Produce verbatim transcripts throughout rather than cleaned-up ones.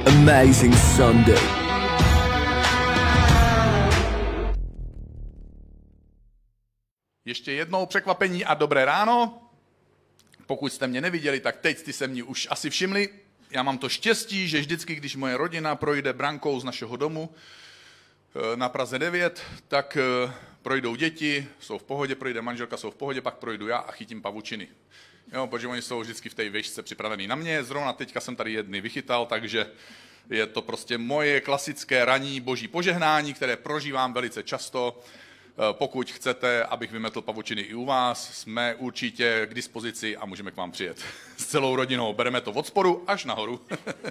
amazing Sunday. Ještě jednou překvapení a dobré ráno. Pokud jste mě neviděli, tak teď jste se mě už asi všimli. Já mám to štěstí, že vždycky, když moje rodina projde brankou z našeho domu na Praze devět, tak projdou děti, jsou v pohodě, projde manželka, jsou v pohodě, pak projdu já a chytím pavučiny. Jo, protože oni jsou vždycky v té výšce připravený na mě. Zrovna teďka jsem tady jedny vychytal, takže je to prostě moje klasické ranní boží požehnání, které prožívám velice často. Pokud chcete, abych vymetl pavučiny i u vás, jsme určitě k dispozici a můžeme k vám přijet. S celou rodinou bereme to od spodu až nahoru.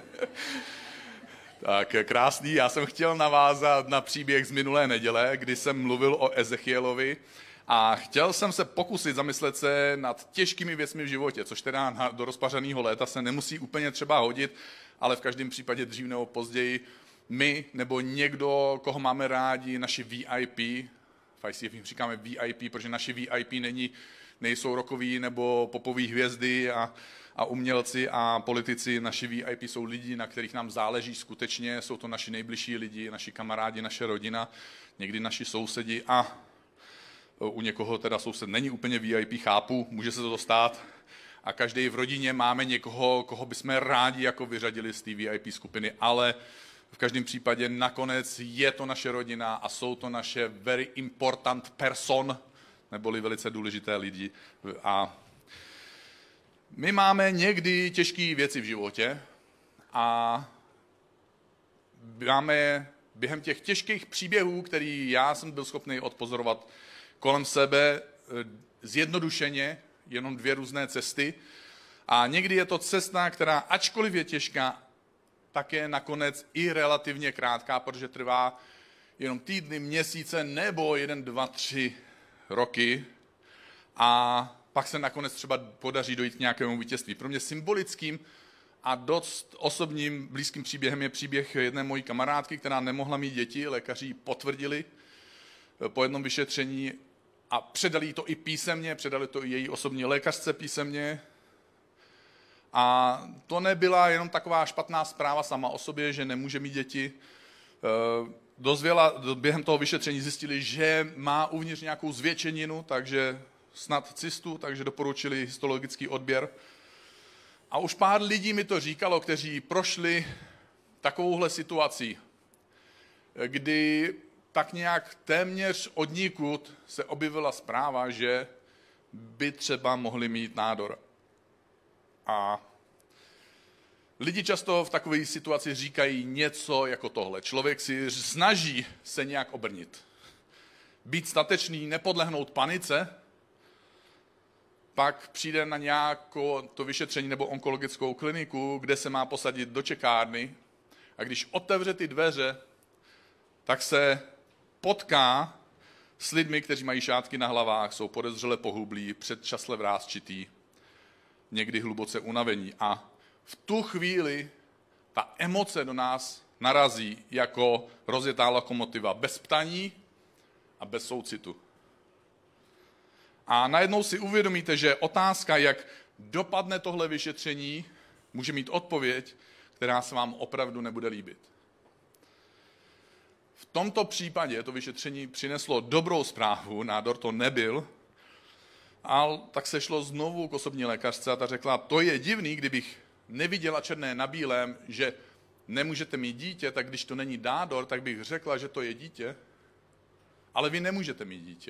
Tak krásný, já jsem chtěl navázat na příběh z minulé neděle, kdy jsem mluvil o Ezechielovi a chtěl jsem se pokusit zamyslet se nad těžkými věcmi v životě, což teda do rozpařeného léta se nemusí úplně třeba hodit, ale v každém případě dřív nebo později my nebo někdo, koho máme rádi, naši V I P, v I C F říkáme V I P, protože naši V I P není, nejsou rockoví nebo popoví hvězdy a, a umělci a politici. Naši V I P jsou lidi, na kterých nám záleží skutečně, jsou to naši nejbližší lidi, naši kamarádi, naše rodina, někdy naši sousedi a u někoho teda soused není úplně V I P, chápu, může se to stát. A každý v rodině máme někoho, koho bychom rádi jako vyřadili z té V I P skupiny, ale v každém případě nakonec je to naše rodina a jsou to naše very important person, neboli velice důležité lidi. A my máme někdy těžké věci v životě a máme během těch těžkých příběhů, který já jsem byl schopný odpozorovat kolem sebe, zjednodušeně jenom dvě různé cesty. A někdy je to cesta, která ačkoliv je těžká, tak je nakonec i relativně krátká, protože trvá jenom týdny, měsíce nebo jeden, dva, tři roky a pak se nakonec třeba podaří dojít k nějakému vítězství. Pro mě symbolickým a dost osobním blízkým příběhem je příběh jedné mojí kamarádky, která nemohla mít děti, lékaři ji potvrdili po jednom vyšetření a předali jí to i písemně, předali to i její osobní lékařce písemně. A to nebyla jenom taková špatná zpráva sama o sobě, že nemůže mít děti. Dozvěla, během toho vyšetření zjistili, že má uvnitř nějakou zvětšeninu, takže snad cystu, takže doporučili histologický odběr. A už pár lidí mi to říkalo, kteří prošli takovouhle situací, kdy tak nějak téměř odnikud se objevila zpráva, že by třeba mohli mít nádor. A lidi často v takové situaci říkají něco jako tohle. Člověk si snaží se nějak obrnit. Být statečný, nepodlehnout panice, pak přijde na nějaké to vyšetření nebo onkologickou kliniku, kde se má posadit do čekárny a když otevře ty dveře, tak se potká s lidmi, kteří mají šátky na hlavách, jsou podezřele pohublí, předčasle vrásčitý, někdy hluboce unavení. A v tu chvíli ta emoce do nás narazí jako rozjetá lokomotiva, bez ptaní a bez soucitu. A najednou si uvědomíte, že otázka, jak dopadne tohle vyšetření, může mít odpověď, která se vám opravdu nebude líbit. V tomto případě to vyšetření přineslo dobrou zprávu, nádor to nebyl, ale tak se šlo znovu k osobní lékařce a ta řekla, to je divný, kdybych neviděla černé na bílém, že nemůžete mít dítě, tak když to není nádor, tak bych řekla, že to je dítě, ale vy nemůžete mít dítě.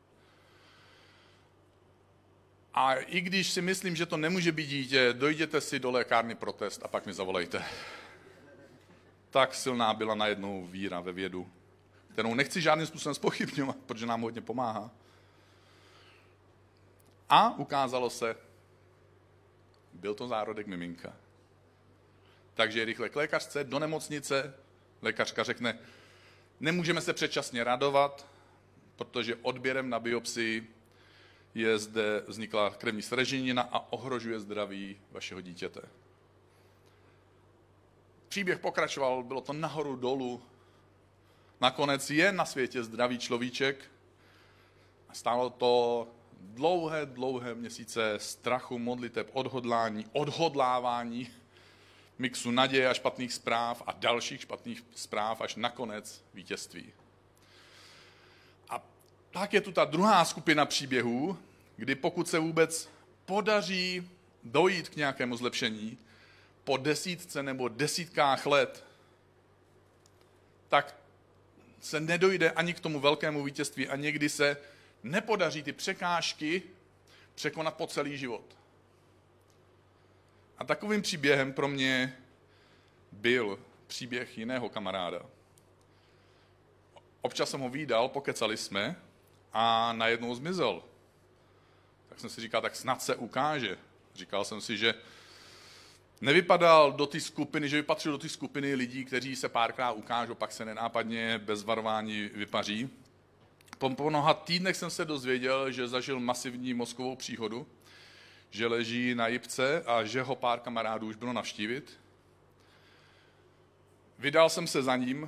A i když si myslím, že to nemůže být dítě, dojděte si do lékárny pro test a pak mi zavolejte. Tak silná byla najednou víra ve vědu, kterou nechci žádným způsobem zpochybňovat, protože nám hodně pomáhá. A ukázalo se, byl to zárodek miminka. Takže rychle k lékařce, do nemocnice, lékařka řekne, nemůžeme se předčasně radovat, protože odběrem na biopsii je zde vznikla krevní sraženina a ohrožuje zdraví vašeho dítěte. Příběh pokračoval, bylo to nahoru dolů. Nakonec je na světě zdravý človíček a stálo to dlouhé, dlouhé měsíce strachu, modliteb, odhodlání, odhodlávání, mixu naděje a špatných zpráv a dalších špatných zpráv až nakonec vítězství. A pak je tu ta druhá skupina příběhů, kdy pokud se vůbec podaří dojít k nějakému zlepšení po desítce nebo desítkách let, tak se nedojde ani k tomu velkému vítězství a někdy se nepodaří ty překážky překonat po celý život. A takovým příběhem pro mě byl příběh jiného kamaráda. Občas jsem ho vídal, pokecali jsme a najednou zmizel. Tak jsem si říkal, tak snad se ukáže. Říkal jsem si, že nevypadal do té skupiny, že by patřil do té skupiny lidí, kteří se párkrát ukážou, pak se nenápadně bez varování vypaří. Po, po mnoha týdnech jsem se dozvěděl, že zažil masivní mozkovou příhodu, že leží na jipce a že ho pár kamarádů už bylo navštívit. Vydal jsem se za ním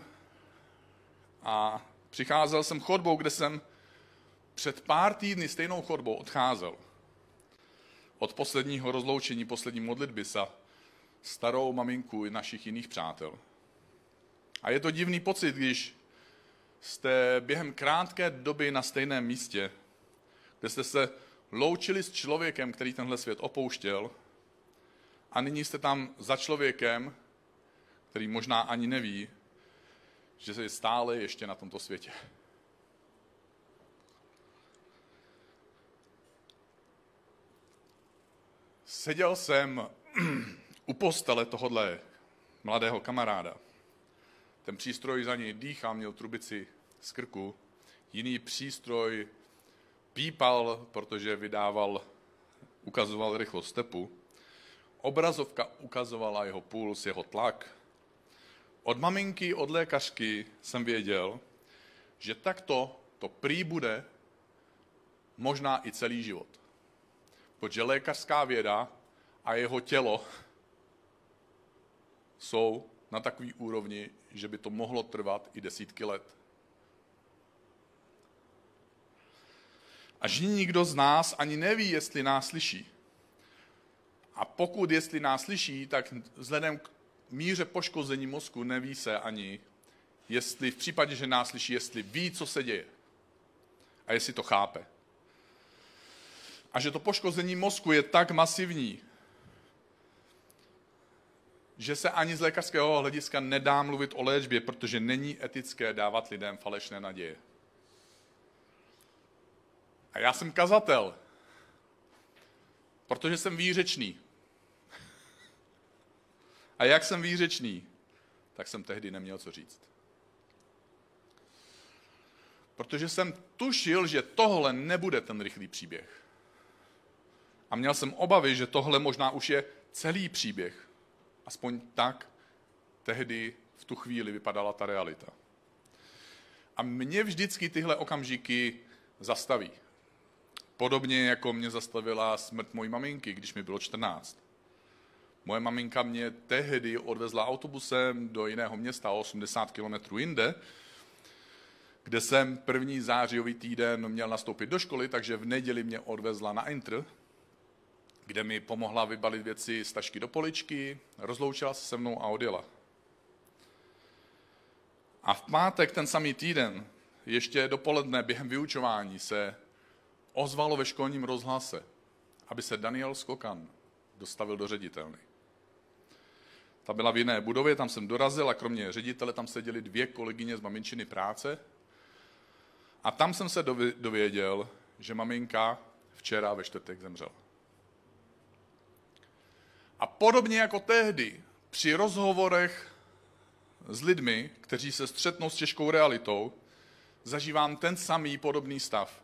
a přicházel jsem chodbou, kde jsem před pár týdny stejnou chodbou odcházel. Od posledního rozloučení, poslední modlitby za starou maminku i našich jiných přátel. A je to divný pocit, když jste během krátké doby na stejném místě, kde jste se loučili s člověkem, který tenhle svět opouštěl, a nyní jste tam za člověkem, který možná ani neví, že je stále ještě na tomto světě. Seděl jsem u postele tohodle mladého kamaráda. Ten přístroj za něj dýchal, měl trubici z krku. Jiný přístroj pípal, protože vydával, ukazoval rychlost stepu. Obrazovka ukazovala jeho puls, jeho tlak. Od maminky, od lékařky jsem věděl, že takto to prý bude možná i celý život. Protože lékařská věda a jeho tělo jsou na takový úrovni, že by to mohlo trvat i desítky let. A že nikdo z nás ani neví, jestli nás slyší. A pokud jestli nás slyší, tak vzhledem k míře poškození mozku neví se ani, jestli v případě, že nás slyší, jestli ví, co se děje. A jestli to chápe. A že to poškození mozku je tak masivní, že se ani z lékařského hlediska nedá mluvit o léčbě, protože není etické dávat lidem falešné naděje. A já jsem kazatel, protože jsem výřečný. A jak jsem výřečný, tak jsem tehdy neměl co říct. Protože jsem tušil, že tohle nebude ten rychlý příběh. A měl jsem obavy, že tohle možná už je celý příběh. Aspoň tak tehdy v tu chvíli vypadala ta realita. A mě vždycky tyhle okamžiky zastaví. Podobně jako mě zastavila smrt mojí maminky, když mi bylo čtrnáct. Moje maminka mě tehdy odvezla autobusem do jiného města, osmdesát kilometrů jinde, kde jsem první zářijový týden měl nastoupit do školy, takže v neděli mě odvezla na Intr, kde mi pomohla vybalit věci z tašky do poličky, rozloučila se se mnou a odjela. A v pátek ten samý týden, ještě dopoledne během vyučování, se ozvalo ve školním rozhlase, aby se Daniel Skokan dostavil do ředitelny. Ta byla v jiné budově, tam jsem dorazil a kromě ředitele tam seděly dvě kolegyně z maminčiny práce. A tam jsem se dověděl, že maminka včera ve čtvrtek zemřela. A podobně jako tehdy, při rozhovorech s lidmi, kteří se střetnou s těžkou realitou, zažívám ten samý podobný stav.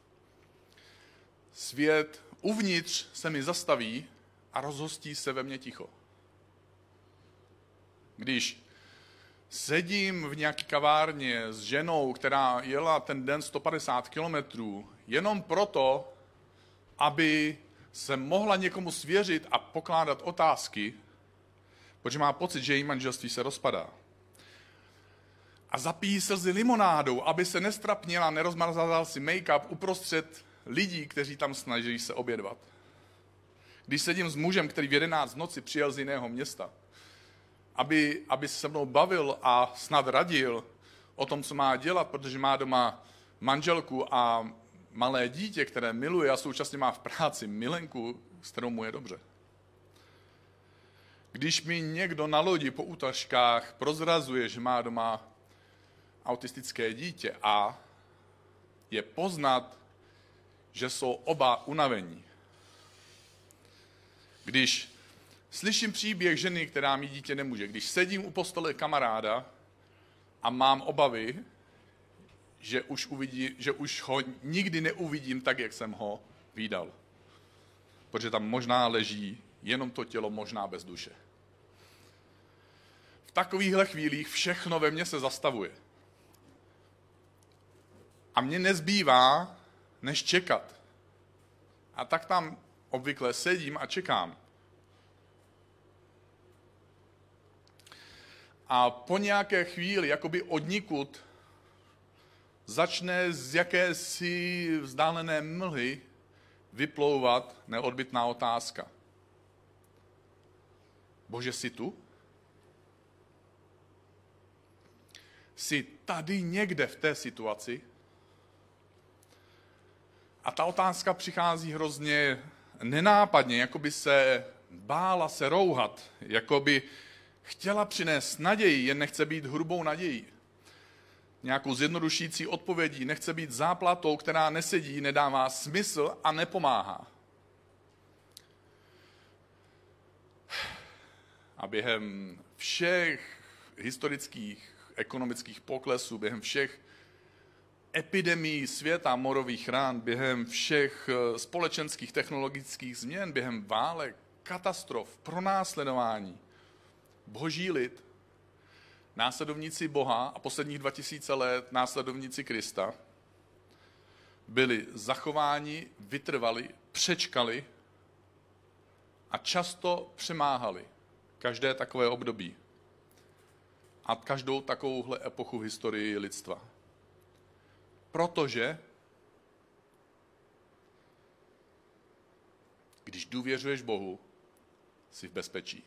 Svět uvnitř se mi zastaví a rozhostí se ve mně ticho. Když sedím v nějaké kavárně s ženou, která jela ten den sto padesát kilometrů, jenom proto, aby se mohla někomu svěřit a pokládat otázky, protože má pocit, že její manželství se rozpadá. A zapíjí slzy limonádou, aby se nestrapnila, nerozmazala si make-up uprostřed lidí, kteří tam snaží se obědvat. Když sedím s mužem, který v jedenáct v noci přijel z jiného města, aby, aby se mnou bavil a snad radil o tom, co má dělat, protože má doma manželku a malé dítě, které miluje a současně má v práci milenku, s kterou mu je dobře. Když mi někdo na lodi po útažkách prozrazuje, že má doma autistické dítě a je poznat, že jsou oba unavení. Když slyším příběh ženy, která mi dítě nemůže, když sedím u postele kamaráda a mám obavy, že už, uvidí, že už ho nikdy neuvidím tak, jak jsem ho vídal. Protože tam možná leží jenom to tělo, možná bez duše. V takovýchhle chvílích všechno ve mně se zastavuje. A mně nezbývá, než čekat. A tak tam obvykle sedím a čekám. A po nějaké chvíli, jakoby odnikud, začne z jakési vzdálené mlhy vyplouvat neodbytná otázka. Bože, jsi tu? Jsi tady někde v té situaci? A ta otázka přichází hrozně nenápadně, jako by se bála se rouhat, jako by chtěla přinést naději, jen nechce být hrubou nadějí. Nějakou zjednodušující odpovědí, nechce být záplatou, která nesedí, nedává smysl a nepomáhá. A během všech historických, ekonomických poklesů, během všech epidemií světa, morových ran, během všech společenských, technologických změn, během válek, katastrof, pronásledování, boží lid, následovníci Boha a posledních dva tisíce let následovníci Krista, byli zachováni, vytrvali, přečkali a často přemáhali každé takové období a každou takovouhle epochu v historii lidstva. Protože když důvěřuješ Bohu, jsi v bezpečí.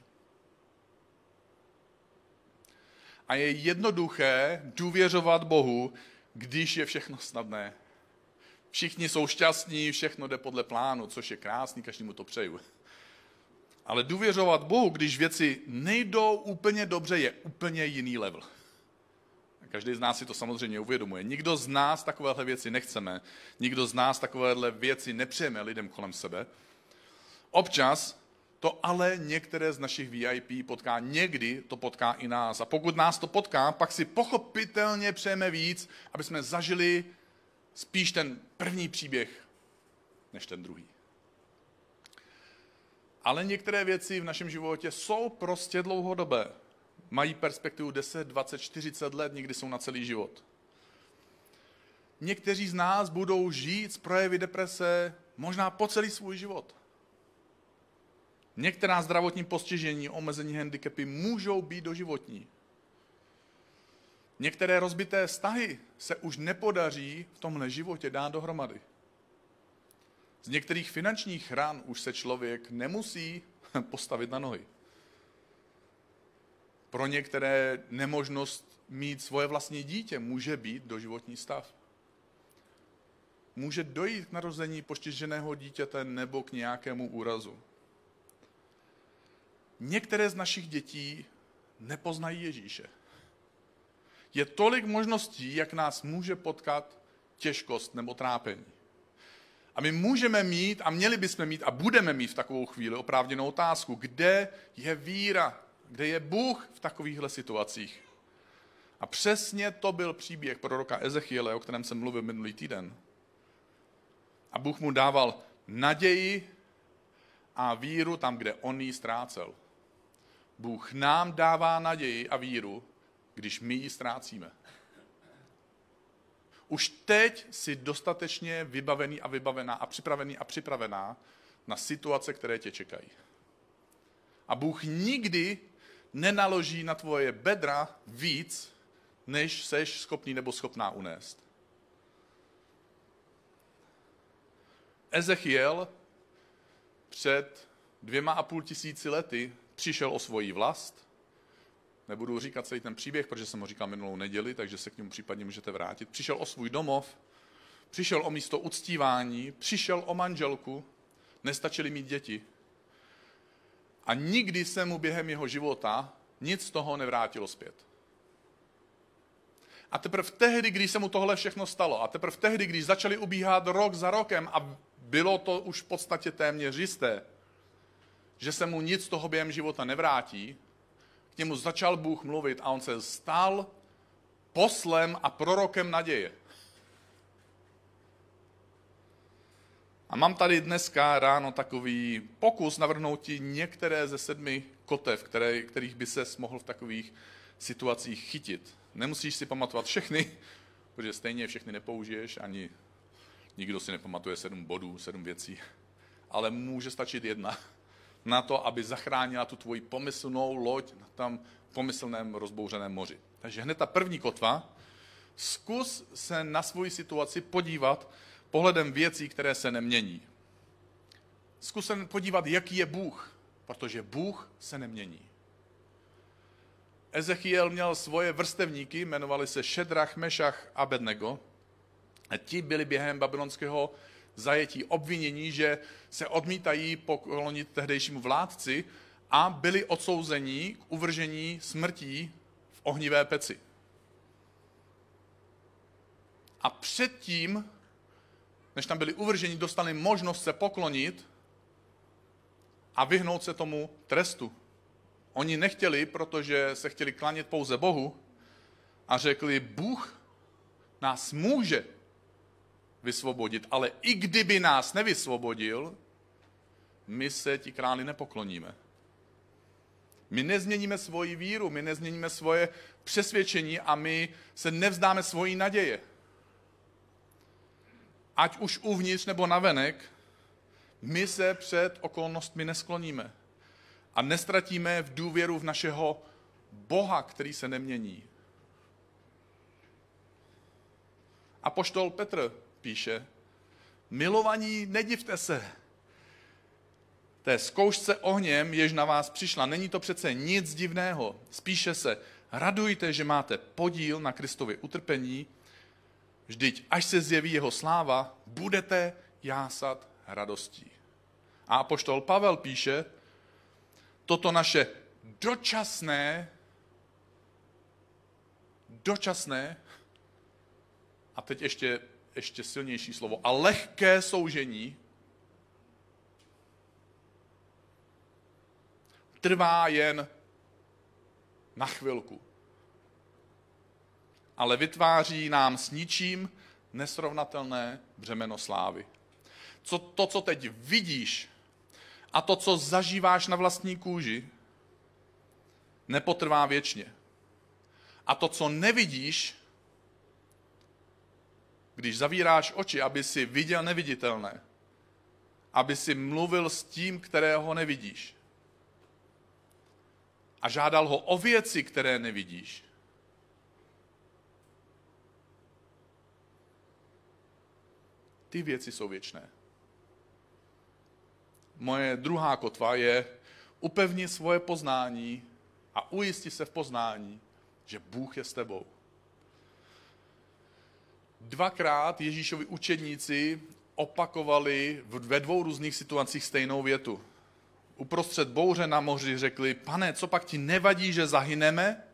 A je jednoduché důvěřovat Bohu, když je všechno snadné. Všichni jsou šťastní, všechno jde podle plánu, což je krásný, každému to přeju. Ale důvěřovat Bohu, když věci nejdou úplně dobře, je úplně jiný level. Každý z nás si to samozřejmě uvědomuje. Nikdo z nás takovéhle věci nechceme. Nikdo z nás takovéhle věci nepřejeme lidem kolem sebe. Občas to ale některé z našich V I P potká, někdy to potká i nás. A pokud nás to potká, pak si pochopitelně přejeme víc, aby jsme zažili spíš ten první příběh, než ten druhý. Ale některé věci v našem životě jsou prostě dlouhodobé. Mají perspektivu deset, dvacet, čtyřicet let, někdy jsou na celý život. Někteří z nás budou žít z projevy deprese možná po celý svůj život. Některá zdravotní postižení, omezení, handicapy můžou být doživotní. Některé rozbité vztahy se už nepodaří v tomhle životě dát dohromady. Z některých finančních ran už se člověk nemusí postavit na nohy. Pro některé nemožnost mít svoje vlastní dítě může být doživotní stav. Může dojít k narození postiženého dítěte nebo k nějakému úrazu. Některé z našich dětí nepoznají Ježíše. Je tolik možností, jak nás může potkat těžkost nebo trápení. A my můžeme mít, a měli bychom mít, a budeme mít v takovou chvíli oprávněnou otázku, kde je víra, kde je Bůh v takovýchhle situacích. A přesně to byl příběh proroka Ezechiele, o kterém jsem mluvil minulý týden. A Bůh mu dával naději a víru tam, kde on ji ztrácel. Bůh nám dává naději a víru, když my ji ztrácíme. Už teď jsi dostatečně vybavený a vybavená a připravený a připravená na situace, které tě čekají. A Bůh nikdy nenaloží na tvoje bedra víc, než seš schopný nebo schopná unést. Ezechiel před dvěma a půl tisíci lety přišel o svoji vlast, Nebudu říkat celý ten příběh, protože jsem ho říkal minulou neděli, takže se k němu případně můžete vrátit. Přišel o svůj domov, přišel o místo uctívání, přišel o manželku, nestačily mít děti. A nikdy se mu během jeho života nic z toho nevrátilo zpět. A teprve tehdy, když se mu tohle všechno stalo, a teprve tehdy, když začali ubíhat rok za rokem a bylo to už v podstatě téměř jisté, že se mu nic z toho během života nevrátí, k němu začal Bůh mluvit a on se stal poslem a prorokem naděje. A mám tady dneska ráno takový pokus navrhnout ti některé ze sedmi kotev, které, kterých by ses mohl v takových situacích chytit. Nemusíš si pamatovat všechny, protože stejně všechny nepoužiješ, ani nikdo si nepamatuje sedm bodů, sedm věcí. Ale může stačit jedna na to, aby zachránila tu tvoji pomyslnou loď na tam pomyslném rozbouřeném moři. Takže hned ta první kotva, zkus se na svoji situaci podívat pohledem věcí, které se nemění. Zkus se podívat, jaký je Bůh, protože Bůh se nemění. Ezechiel měl svoje vrstevníky, jmenovali se Šedrach, Mešach a Abednego. A ti byli během babylonského zajetí obvinění, že se odmítají poklonit tehdejšímu vládci a byli odsouzeni k uvržení smrtí v ohnivé peci. A předtím, než tam byli uvrženi, dostali možnost se poklonit a vyhnout se tomu trestu. Oni nechtěli, protože se chtěli klanět pouze Bohu a řekli, Bůh nás může vysvobodit, ale i kdyby nás nevysvobodil, my se ti králi nepokloníme. My nezměníme svoji víru, my nezměníme svoje přesvědčení a my se nevzdáme svojí naděje. Ať už uvnitř nebo navenek, my se před okolnostmi neskloníme a nestratíme v důvěru v našeho Boha, který se nemění. Apoštol Petr píše, milovaní, nedivte se té zkoušce ohněm, jež na vás přišla. Není to přece nic divného. Spíše se radujte, že máte podíl na Kristově utrpení, vždyť až se zjeví jeho sláva, budete jásat radostí. A apoštol Pavel píše, toto naše dočasné, dočasné, a teď ještě, ještě silnější slovo, a lehké soužení trvá jen na chvilku. Ale vytváří nám s ničím nesrovnatelné břemeno slávy. Co, to, co teď vidíš a to, co zažíváš na vlastní kůži, nepotrvá věčně. A to, co nevidíš, když zavíráš oči, aby si viděl neviditelné, aby si mluvil s tím, kterého nevidíš, a žádal ho o věci, které nevidíš, ty věci jsou věčné. Moje druhá kotva je upevni svoje poznání a ujisti se v poznání, že Bůh je s tebou. Dvakrát Ježíšovi učedníci opakovali ve dvou různých situacích stejnou větu. Uprostřed bouře na moři řekli, pane, co pak ti nevadí, že zahyneme?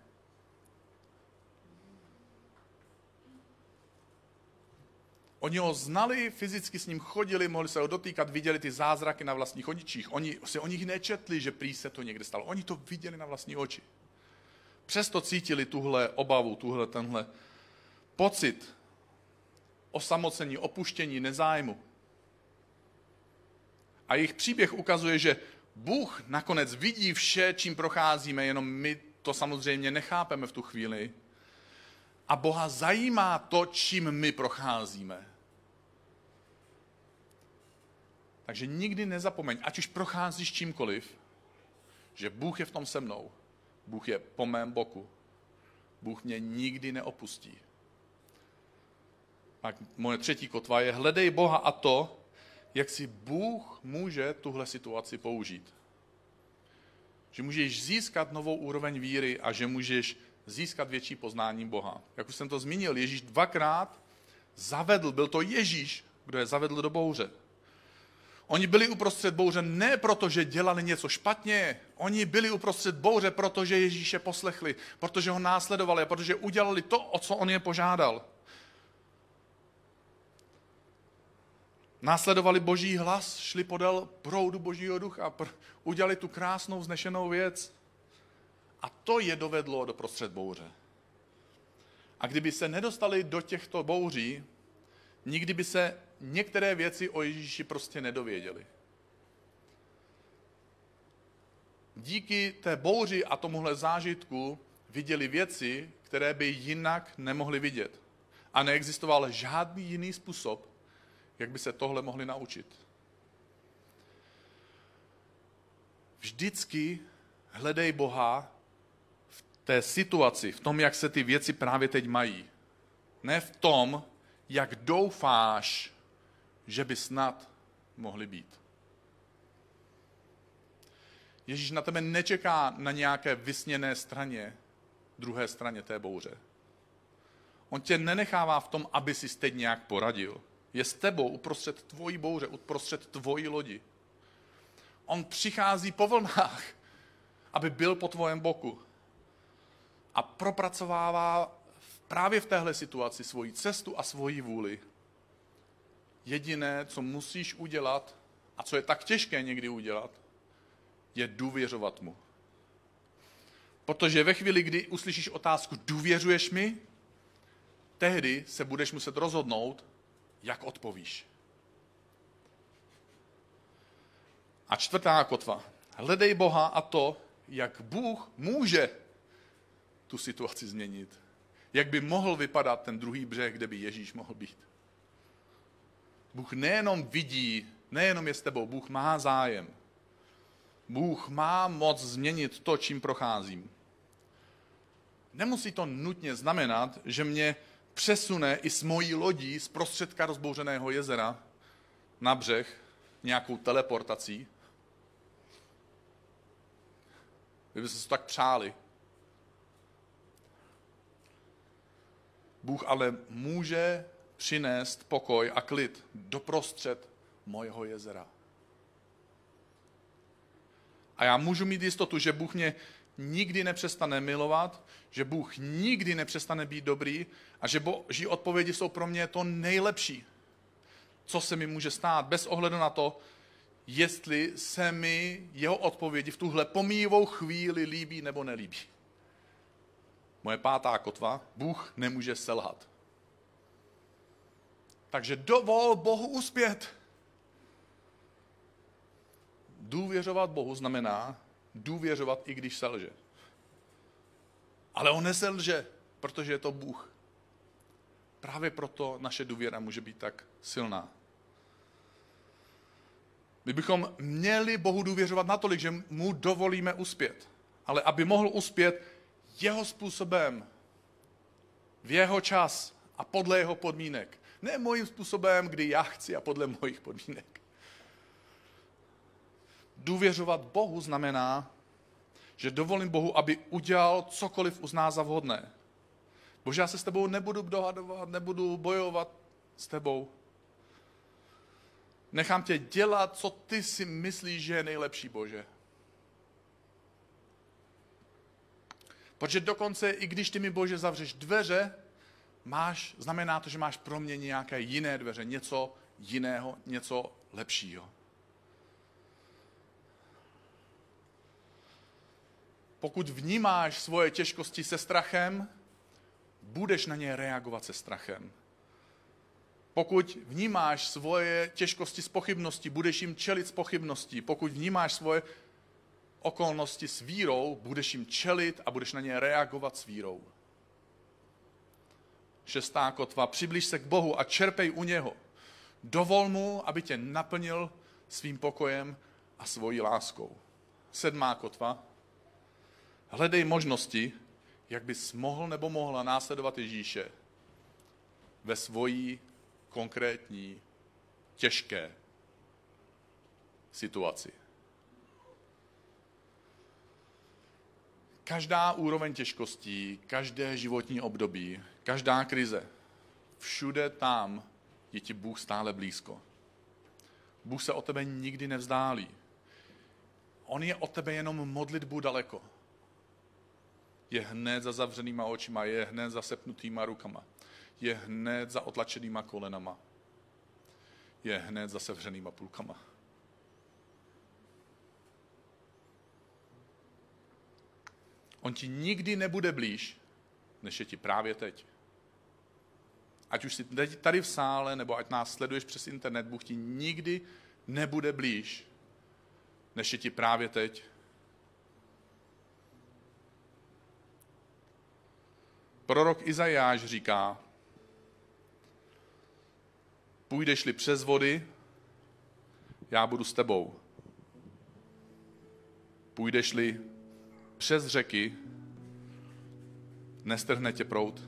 Oni ho znali, fyzicky s ním chodili, mohli se ho dotýkat, viděli ty zázraky na vlastních očiích. Oni se o nich nečetli, že prý se to někde stalo. Oni to viděli na vlastní oči. Přesto cítili tuhle obavu, tuhle tenhle pocit osamocení, opuštění, nezájmu. A jejich příběh ukazuje, že Bůh nakonec vidí vše, čím procházíme, jenom my to samozřejmě nechápeme v tu chvíli. A Boha zajímá to, čím my procházíme. Takže nikdy nezapomeň, ať už procházíš čímkoliv, že Bůh je v tom se mnou. Bůh je po mém boku. Bůh mě nikdy neopustí. Pak moje třetí kotva je hledej Boha a to, jak si Bůh může tuhle situaci použít. Že můžeš získat novou úroveň víry a že můžeš získat větší poznání Boha. Jak už jsem to zmínil, Ježíš dvakrát zavedl, byl to Ježíš, kdo je zavedl do bouře. Oni byli uprostřed bouře ne proto, že dělali něco špatně, oni byli uprostřed bouře, protože Ježíše poslechli, protože ho následovali a protože udělali to, o co on je požádal. Následovali Boží hlas, šli podél proudu Božího ducha, udělali tu krásnou vznešenou věc. A to je dovedlo do prostřed bouře. A kdyby se nedostali do těchto bouří, nikdy by se některé věci o Ježíši prostě nedověděli. Díky té bouři a tomuhle zážitku viděli věci, které by jinak nemohli vidět. A neexistoval žádný jiný způsob, jak by se tohle mohli naučit. Vždycky hledej Boha v té situaci, v tom, jak se ty věci právě teď mají. Ne v tom, jak doufáš, že by snad mohly být. Ježíš na tebe nečeká na nějaké vysněné straně, druhé straně té bouře. On tě nenechává v tom, aby si teď nějak poradil. Je s tebou uprostřed tvojí bouře, uprostřed tvojí lodi. On přichází po vlnách, aby byl po tvém boku. A propracovává právě v téhle situaci svoji cestu a svoji vůli. Jediné, co musíš udělat, a co je tak těžké někdy udělat, je důvěřovat mu. Protože ve chvíli, kdy uslyšíš otázku, důvěřuješ mi, tehdy se budeš muset rozhodnout, jak odpovíš. A čtvrtá kotva. Hledej Boha a to, jak Bůh může tu situaci změnit. Jak by mohl vypadat ten druhý břeh, kde by Ježíš mohl být. Bůh nejenom vidí, nejenom je s tebou, Bůh má zájem. Bůh má moc změnit to, čím procházím. Nemusí to nutně znamenat, že mě přesune i s mojí lodí z prostředka rozbouřeného jezera na břeh nějakou teleportací. Vy byste se tak přáli. Bůh ale může přinést pokoj a klid doprostřed mojeho jezera. A já můžu mít jistotu, že Bůh mě nikdy nepřestane milovat, že Bůh nikdy nepřestane být dobrý a že Boží odpovědi jsou pro mě to nejlepší, co se mi může stát, bez ohledu na to, jestli se mi jeho odpovědi v tuhle pomíjivou chvíli líbí nebo nelíbí. Moje pátá kotva, Bůh nemůže selhat. Takže dovol Bohu uspět. Důvěřovat Bohu znamená důvěřovat, i když selže. Ale on neselže, protože je to Bůh. Právě proto naše důvěra může být tak silná. My bychom měli Bohu důvěřovat natolik, že mu dovolíme uspět. Ale aby mohl uspět jeho způsobem, v jeho čas a podle jeho podmínek. Ne mojím způsobem, kdy já chci a podle mojich podmínek. Důvěřovat Bohu znamená, že dovolím Bohu, aby udělal cokoliv uzná za vhodné. Bože, já se s tebou nebudu dohadovat, nebudu bojovat s tebou. Nechám tě dělat, co ty si myslíš, že je nejlepší, Bože. Protože dokonce, i když ty mi, Bože, zavřeš dveře, máš, znamená to, že máš pro mě nějaké jiné dveře, něco jiného, něco lepšího. Pokud vnímáš svoje těžkosti se strachem, budeš na ně reagovat se strachem. Pokud vnímáš svoje těžkosti s pochybností, budeš jim čelit s pochybností. Pokud vnímáš svoje okolnosti s vírou, budeš jim čelit a budeš na ně reagovat s vírou. Šestá kotva. Přiblíž se k Bohu a čerpej u něho. Dovol mu, aby tě naplnil svým pokojem a svojí láskou. Sedmá kotva. Hledej možnosti, jak bys mohl nebo mohla následovat Ježíše ve svojí konkrétní, těžké situaci. každá úroveň těžkostí, každé životní období, každá krize, všude tam je ti Bůh stále blízko. Bůh se od tebe nikdy nevzdálí. On je od tebe jenom modlitbu daleko. Je hned za zavřenýma očima, je hned za sepnutýma rukama, je hned za otlačenýma kolenama, je hned za sevřenýma půlkama. On ti nikdy nebude blíž, než je ti právě teď. Ať už jsi tady v sále, nebo ať nás sleduješ přes internet, Bůh ti nikdy nebude blíž, než je ti právě teď. Prorok Izajáš říká, půjdeš-li přes vody, já budu s tebou. Půjdeš-li přes řeky, nestrhne tě proud.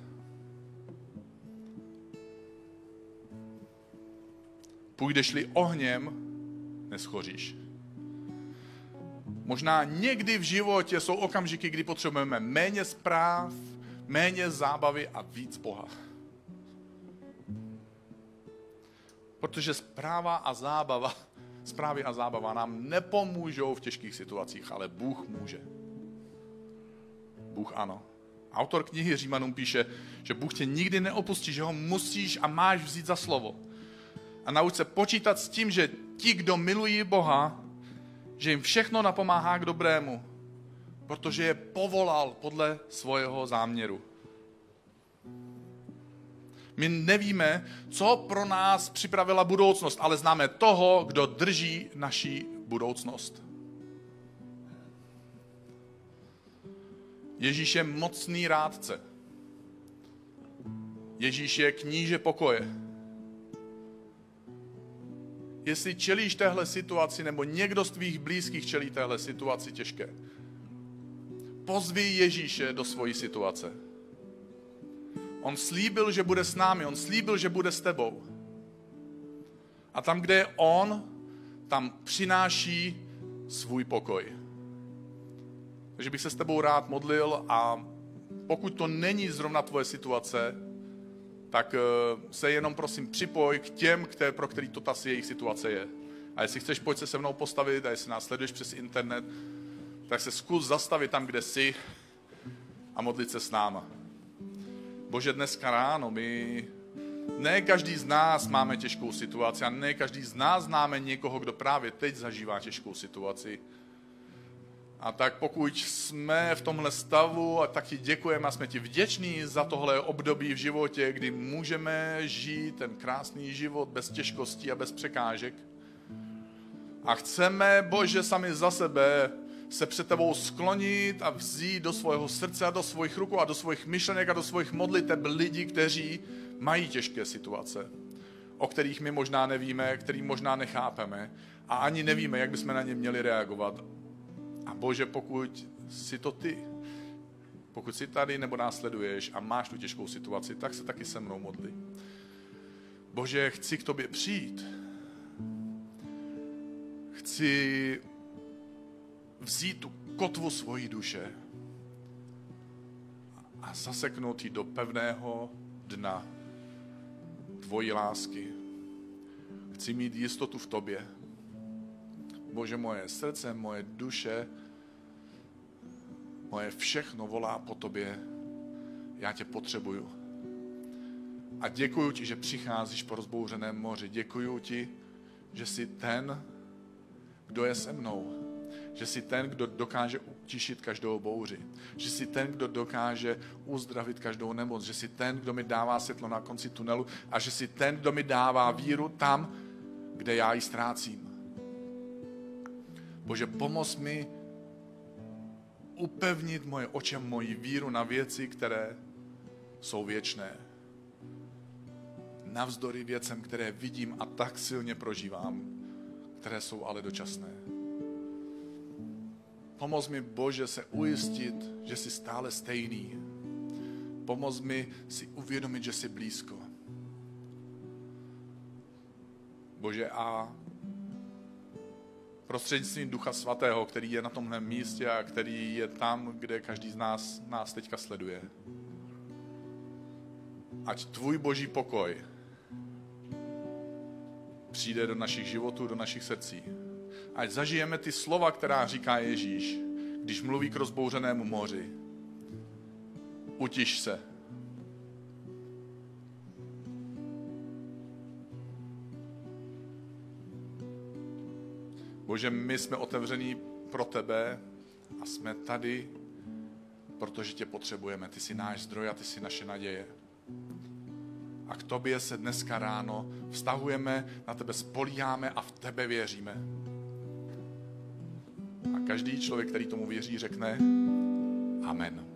Půjdeš-li ohněm, neschoříš. Možná někdy v životě jsou okamžiky, kdy potřebujeme méně zpráv, méně zábavy a víc Boha. Protože zpráva a zábava, zprávy a zábava nám nepomůžou v těžkých situacích, ale Bůh může. Bůh ano. Autor knihy Římanům píše, že Bůh tě nikdy neopustí, že ho musíš a máš vzít za slovo. A nauč se počítat s tím, že ti, kdo milují Boha, že jim všechno napomáhá k dobrému, protože je povolal podle svého záměru. My nevíme, co pro nás připravila budoucnost, ale známe toho, kdo drží naši budoucnost. Ježíš je mocný rádce. Ježíš je kníže pokoje. Jestli čelíš téhle situaci, nebo někdo z tvých blízkých čelí téhle situaci těžké, pozvi Ježíše do svojí situace. On slíbil, že bude s námi, on slíbil, že bude s tebou. A tam, kde je on, tam přináší svůj pokoj. Takže bych se s tebou rád modlil a pokud to není zrovna tvoje situace, tak se jenom prosím připoj k těm, které, pro který to ta jejich situace je. A jestli chceš, pojď se se mnou postavit a jestli nás sleduješ přes internet, tak se zkus zastavit tam, kde jsi a modlit se s náma. Bože, dneska ráno my, ne každý z nás máme těžkou situaci a ne každý z nás známe někoho, kdo právě teď zažívá těžkou situaci. A tak pokud jsme v tomhle stavu, a tak ti děkujeme a jsme ti vděční za tohle období v životě, kdy můžeme žít ten krásný život bez těžkostí a bez překážek. A chceme, Bože, sami za sebe se před tebou sklonit a vzít do svého srdce a do svých rukou a do svých myšlenek a do svých modliteb lidi, kteří mají těžké situace, o kterých my možná nevíme, který možná nechápeme a ani nevíme, jak bychom na ně měli reagovat. A Bože, pokud jsi to ty, pokud jsi tady nebo následuješ a máš tu těžkou situaci, tak se taky se mnou modli. Bože, chci k tobě přijít. Chci vzít tu kotvu svojí duše a zaseknout ji do pevného dna tvojí lásky. Chci mít jistotu v tobě. Bože, moje srdce, moje duše, moje všechno volá po tobě. Já tě potřebuju. A děkuju ti, že přicházíš po rozbouřeném moři. Děkuju ti, že jsi ten, kdo je se mnou. Že jsi ten, kdo dokáže utišit každou bouři. Že jsi ten, kdo dokáže uzdravit každou nemoc. Že jsi ten, kdo mi dává světlo na konci tunelu. A že jsi ten, kdo mi dává víru tam, kde já ji ztrácím. Bože, pomoz mi upevnit moje oči, moji víru na věci, které jsou věčné. Navzdory věcem, které vidím a tak silně prožívám, které jsou ale dočasné. Pomoz mi, Bože, se ujistit, že jsi stále stejný. Pomoz mi si uvědomit, že jsi blízko. Bože, a prostřednictvím Ducha Svatého, který je na tomhle místě a který je tam, kde každý z nás nás teďka sleduje. Ať tvůj boží pokoj přijde do našich životů, do našich srdcí. Ať zažijeme ty slova, která říká Ježíš, když mluví k rozbouřenému moři. Utiš se. Bože, my jsme otevření pro tebe a jsme tady, protože tě potřebujeme. Ty jsi náš zdroj a ty jsi naše naděje. A k tobě se dneska ráno vztahujeme, na tebe spolíháme a v tebe věříme. A každý člověk, který tomu věří, řekne amen.